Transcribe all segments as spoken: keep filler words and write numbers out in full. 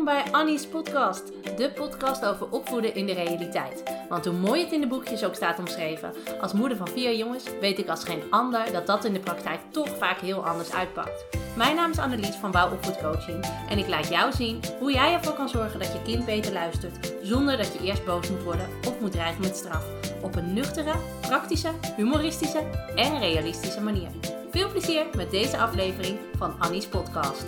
Welkom bij Annie's podcast, de podcast over opvoeden in de realiteit. Want hoe mooi het in de boekjes ook staat omschreven, als moeder van vier jongens weet ik als geen ander dat dat in de praktijk toch vaak heel anders uitpakt. Mijn naam is Annelies van Wouw Opvoedcoaching en ik laat jou zien hoe jij ervoor kan zorgen dat je kind beter luistert, zonder dat je eerst boos moet worden of moet dreigen met straf. Op een nuchtere, praktische, humoristische en realistische manier. Veel plezier met deze aflevering van Annie's podcast.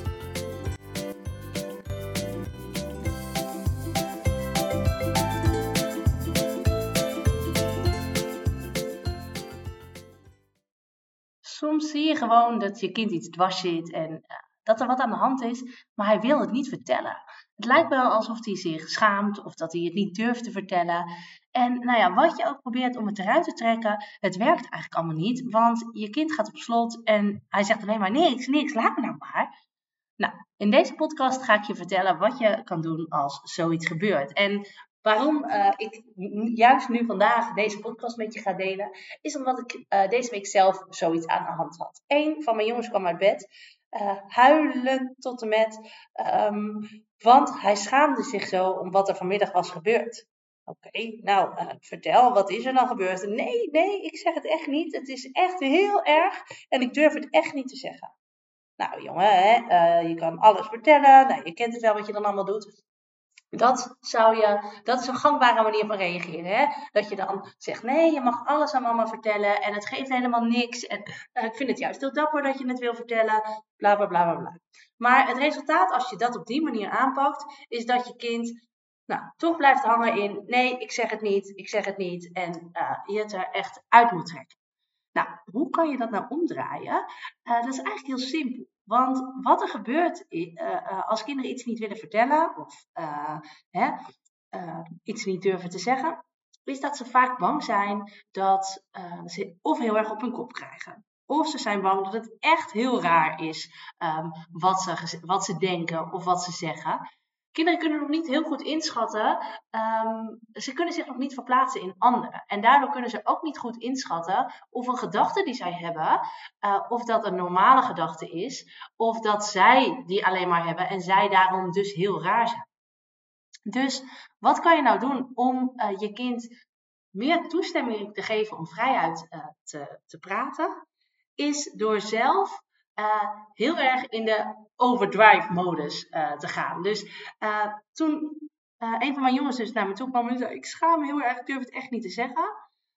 Soms zie je gewoon dat je kind iets dwars zit en uh, dat er wat aan de hand is, maar hij wil het niet vertellen. Het lijkt wel alsof hij zich schaamt of dat hij het niet durft te vertellen. En nou ja, wat je ook probeert om het eruit te trekken, het werkt eigenlijk allemaal niet. Want je kind gaat op slot en hij zegt alleen maar niks, niks, laat me nou maar. Nou, in deze podcast ga ik je vertellen wat je kan doen als zoiets gebeurt. En waarom uh, ik juist nu vandaag deze podcast met je ga delen, is omdat ik uh, deze week zelf zoiets aan de hand had. Eén van mijn jongens kwam uit bed, uh, huilen tot en met, um, want hij schaamde zich zo om wat er vanmiddag was gebeurd. Oké, okay, nou, uh, vertel, wat is er dan gebeurd? Nee, nee, ik zeg het echt niet. Het is echt heel erg en ik durf het echt niet te zeggen. Nou jongen, hè, uh, je kan alles vertellen, nou, je kent het wel wat je dan allemaal doet. Dat, zou je, dat is een gangbare manier van reageren. Hè? Dat je dan zegt, nee, je mag alles aan mama vertellen en het geeft helemaal niks. En uh, ik vind het juist heel dapper dat je het wil vertellen, bla bla bla bla bla. Maar het resultaat als je dat op die manier aanpakt, is dat je kind nou, toch blijft hangen in, nee, ik zeg het niet, ik zeg het niet. En uh, je het er echt uit moet trekken. Nou, hoe kan je dat nou omdraaien? Uh, dat is eigenlijk heel simpel. Want wat er gebeurt uh, uh, als kinderen iets niet willen vertellen of uh, hè, uh, iets niet durven te zeggen, is dat ze vaak bang zijn dat uh, ze of heel erg op hun kop krijgen. Of ze zijn bang dat het echt heel raar is um, wat, ze, wat ze denken of wat ze zeggen. Kinderen kunnen nog niet heel goed inschatten, um, ze kunnen zich nog niet verplaatsen in anderen. En daardoor kunnen ze ook niet goed inschatten of een gedachte die zij hebben, uh, of dat een normale gedachte is, of dat zij die alleen maar hebben en zij daarom dus heel raar zijn. Dus wat kan je nou doen om uh, je kind meer toestemming te geven om vrijuit uh, te, te praten, is door zelf Uh, heel erg in de overdrive modus uh, te gaan. Dus uh, toen uh, een van mijn jongens dus naar me toe kwam en zei, ik schaam me heel erg, ik durf het echt niet te zeggen.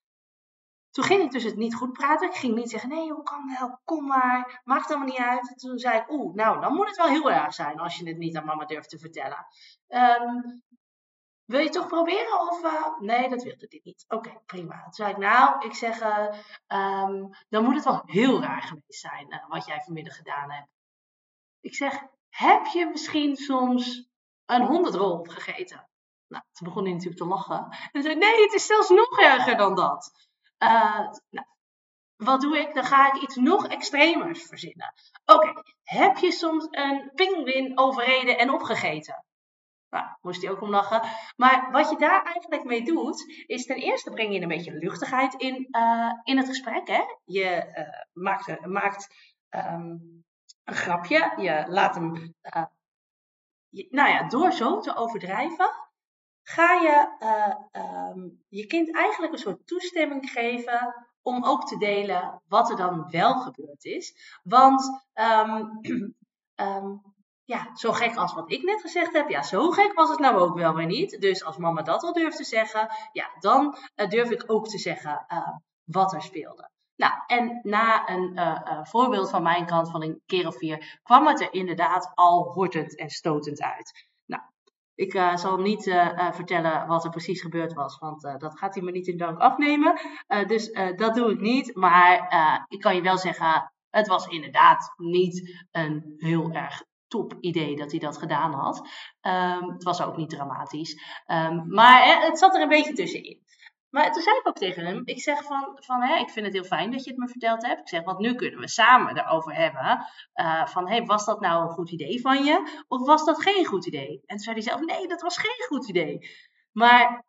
Toen ging ik dus het niet goed praten. Ik ging niet zeggen, nee, hoe kan wel, kom maar, maakt allemaal niet uit. Toen zei ik, oeh, nou, dan moet het wel heel erg zijn als je het niet aan mama durft te vertellen. Um, Wil je het toch proberen? Of uh, nee, dat wilde hij niet. Oké, okay, prima. Toen zei ik, nou, ik zeg, uh, um, dan moet het wel heel raar geweest zijn uh, wat jij vanmiddag gedaan hebt. Ik zeg, heb je misschien soms een honderdrol opgegeten? Nou, toen begon hij natuurlijk te lachen. En zei, nee, het is zelfs nog erger dan dat. Uh, nou, wat doe ik? Dan ga ik iets nog extremers verzinnen. Oké, okay, heb je soms een pinguïn overreden en opgegeten? Nou, moest hij ook om lachen. Maar wat je daar eigenlijk mee doet, is ten eerste breng je een beetje luchtigheid in, uh, in het gesprek. Hè? Je uh, maakt, maakt um, een grapje, je laat hem, uh, je, nou ja, door zo te overdrijven, ga je uh, um, je kind eigenlijk een soort toestemming geven om ook te delen wat er dan wel gebeurd is. Want um, um, ja, zo gek als wat ik net gezegd heb, ja, zo gek was het nou ook wel weer niet. Dus als mama dat al durft te zeggen, ja, dan uh, durf ik ook te zeggen uh, wat er speelde. Nou, en na een uh, uh, voorbeeld van mijn kant van een keer of vier, kwam het er inderdaad al hortend en stotend uit. Nou, ik uh, zal hem niet uh, uh, vertellen wat er precies gebeurd was, want uh, dat gaat hij me niet in dank afnemen. Uh, dus uh, dat doe ik niet, maar uh, ik kan je wel zeggen, het was inderdaad niet een heel erg top idee dat hij dat gedaan had. Um, het was ook niet dramatisch. Um, maar hè, het zat er een beetje tussenin. Maar toen zei ik ook tegen hem, ik zeg van, van hè, ik vind het heel fijn dat je het me verteld hebt. Ik zeg, want nu kunnen we samen erover hebben. Uh, van, hey, was dat nou een goed idee van je? Of was dat geen goed idee? En toen zei hij zelf, nee, dat was geen goed idee. Maar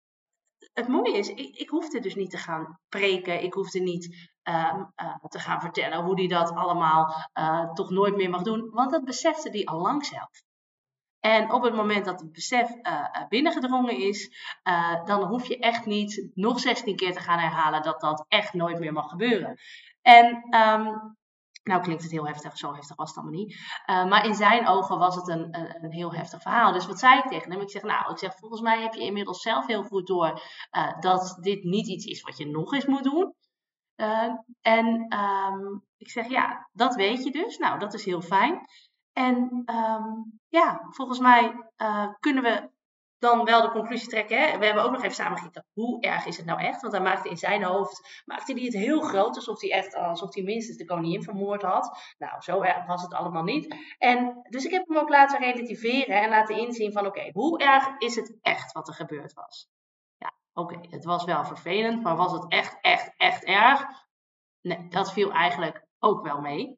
het mooie is, ik, ik hoefde dus niet te gaan preken. Ik hoefde niet uh, uh, te gaan vertellen hoe hij dat allemaal uh, toch nooit meer mag doen. Want dat besefte hij al lang zelf. En op het moment dat het besef uh, binnengedrongen is, uh, dan hoef je echt niet nog zestien keer te gaan herhalen dat dat echt nooit meer mag gebeuren. En um, nou klinkt het heel heftig, zo heftig was het allemaal niet. Uh, maar in zijn ogen was het een, een, een heel heftig verhaal. Dus wat zei ik tegen hem? Ik zeg, nou, ik zeg, volgens mij heb je inmiddels zelf heel goed door uh, dat dit niet iets is wat je nog eens moet doen. Uh, en um, ik zeg, ja, dat weet je dus. Nou, dat is heel fijn. En um, ja, volgens mij uh, kunnen we dan wel de conclusie trekken. Hè? We hebben ook nog even samen gekeken, hoe erg is het nou echt? Want hij maakte in zijn hoofd, maakte hij het heel groot, alsof hij echt, alsof hij minstens de koningin vermoord had. Nou, zo erg was het allemaal niet. En dus ik heb hem ook laten relativeren en laten inzien van, oké, okay, hoe erg is het echt wat er gebeurd was? Ja, oké, okay, het was wel vervelend, maar was het echt, echt, echt erg? Nee, dat viel eigenlijk ook wel mee.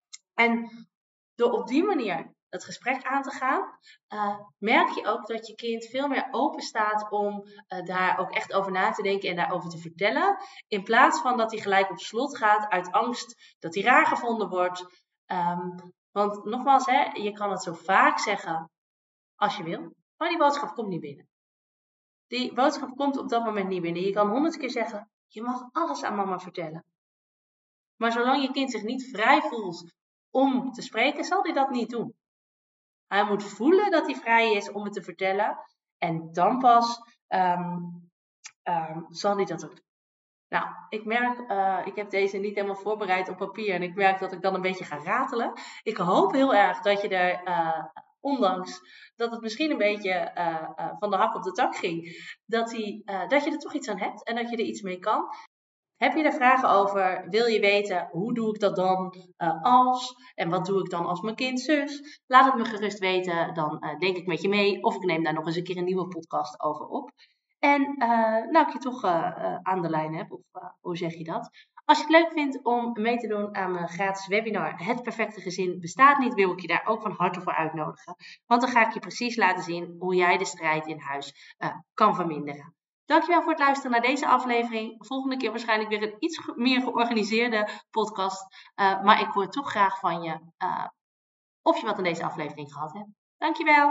En door op die manier het gesprek aan te gaan, uh, merk je ook dat je kind veel meer open staat om uh, daar ook echt over na te denken en daarover te vertellen. In plaats van dat hij gelijk op slot gaat uit angst dat hij raar gevonden wordt. Um, want nogmaals, hè, je kan het zo vaak zeggen als je wil, maar die boodschap komt niet binnen. Die boodschap komt op dat moment niet binnen. Je kan honderd keer zeggen, je mag alles aan mama vertellen. Maar zolang je kind zich niet vrij voelt om te spreken, zal hij dat niet doen. Hij moet voelen dat hij vrij is om het te vertellen. En dan pas um, um, zal hij dat ook doen. Nou, ik merk, uh, ik heb deze niet helemaal voorbereid op papier. En ik merk dat ik dan een beetje ga ratelen. Ik hoop heel erg dat je er, uh, ondanks dat het misschien een beetje uh, uh, van de hak op de tak ging, dat, die, uh, dat je er toch iets aan hebt en dat je er iets mee kan. Heb je er vragen over? Wil je weten, hoe doe ik dat dan uh, als? En wat doe ik dan als mijn kind zus? Laat het me gerust weten, dan uh, denk ik met je mee. Of ik neem daar nog eens een keer een nieuwe podcast over op. En uh, nou, ik je toch uh, uh, aan de lijn heb, of uh, hoe zeg je dat? Als je het leuk vindt om mee te doen aan mijn gratis webinar Het Perfecte Gezin Bestaat Niet, wil ik je daar ook van harte voor uitnodigen. Want dan ga ik je precies laten zien hoe jij de strijd in huis uh, kan verminderen. Dankjewel voor het luisteren naar deze aflevering. Volgende keer waarschijnlijk weer een iets meer georganiseerde podcast. Uh, maar ik hoor toch graag van je uh, of je wat aan deze aflevering gehad hebt. Dankjewel.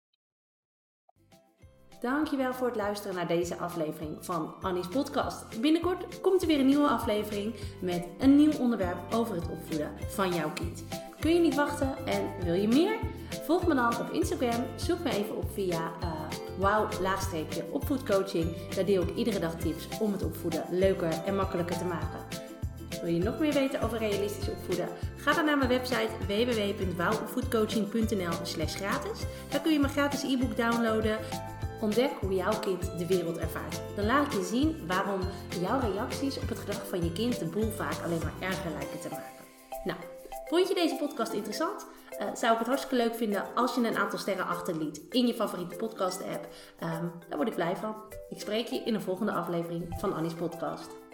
Dankjewel voor het luisteren naar deze aflevering van Annie's podcast. Binnenkort komt er weer een nieuwe aflevering met een nieuw onderwerp over het opvoeden van jouw kind. Kun je niet wachten en wil je meer? Volg me dan op Instagram. Zoek me even op via uh, wauw-opvoedcoaching. Daar deel ik iedere dag tips om het opvoeden leuker en makkelijker te maken. Wil je nog meer weten over realistisch opvoeden? Ga dan naar mijn website w w w punt wauwopvoedcoaching punt n l slash gratis. Daar kun je mijn gratis e-book downloaden. Ontdek hoe jouw kind de wereld ervaart. Dan laat ik je zien waarom jouw reacties op het gedrag van je kind de boel vaak alleen maar erger lijken te maken. Nou, vond je deze podcast interessant? Uh, zou ik het hartstikke leuk vinden als je een aantal sterren achterliet in je favoriete podcast app. Um, daar word ik blij van. Ik spreek je in een volgende aflevering van Annie's podcast.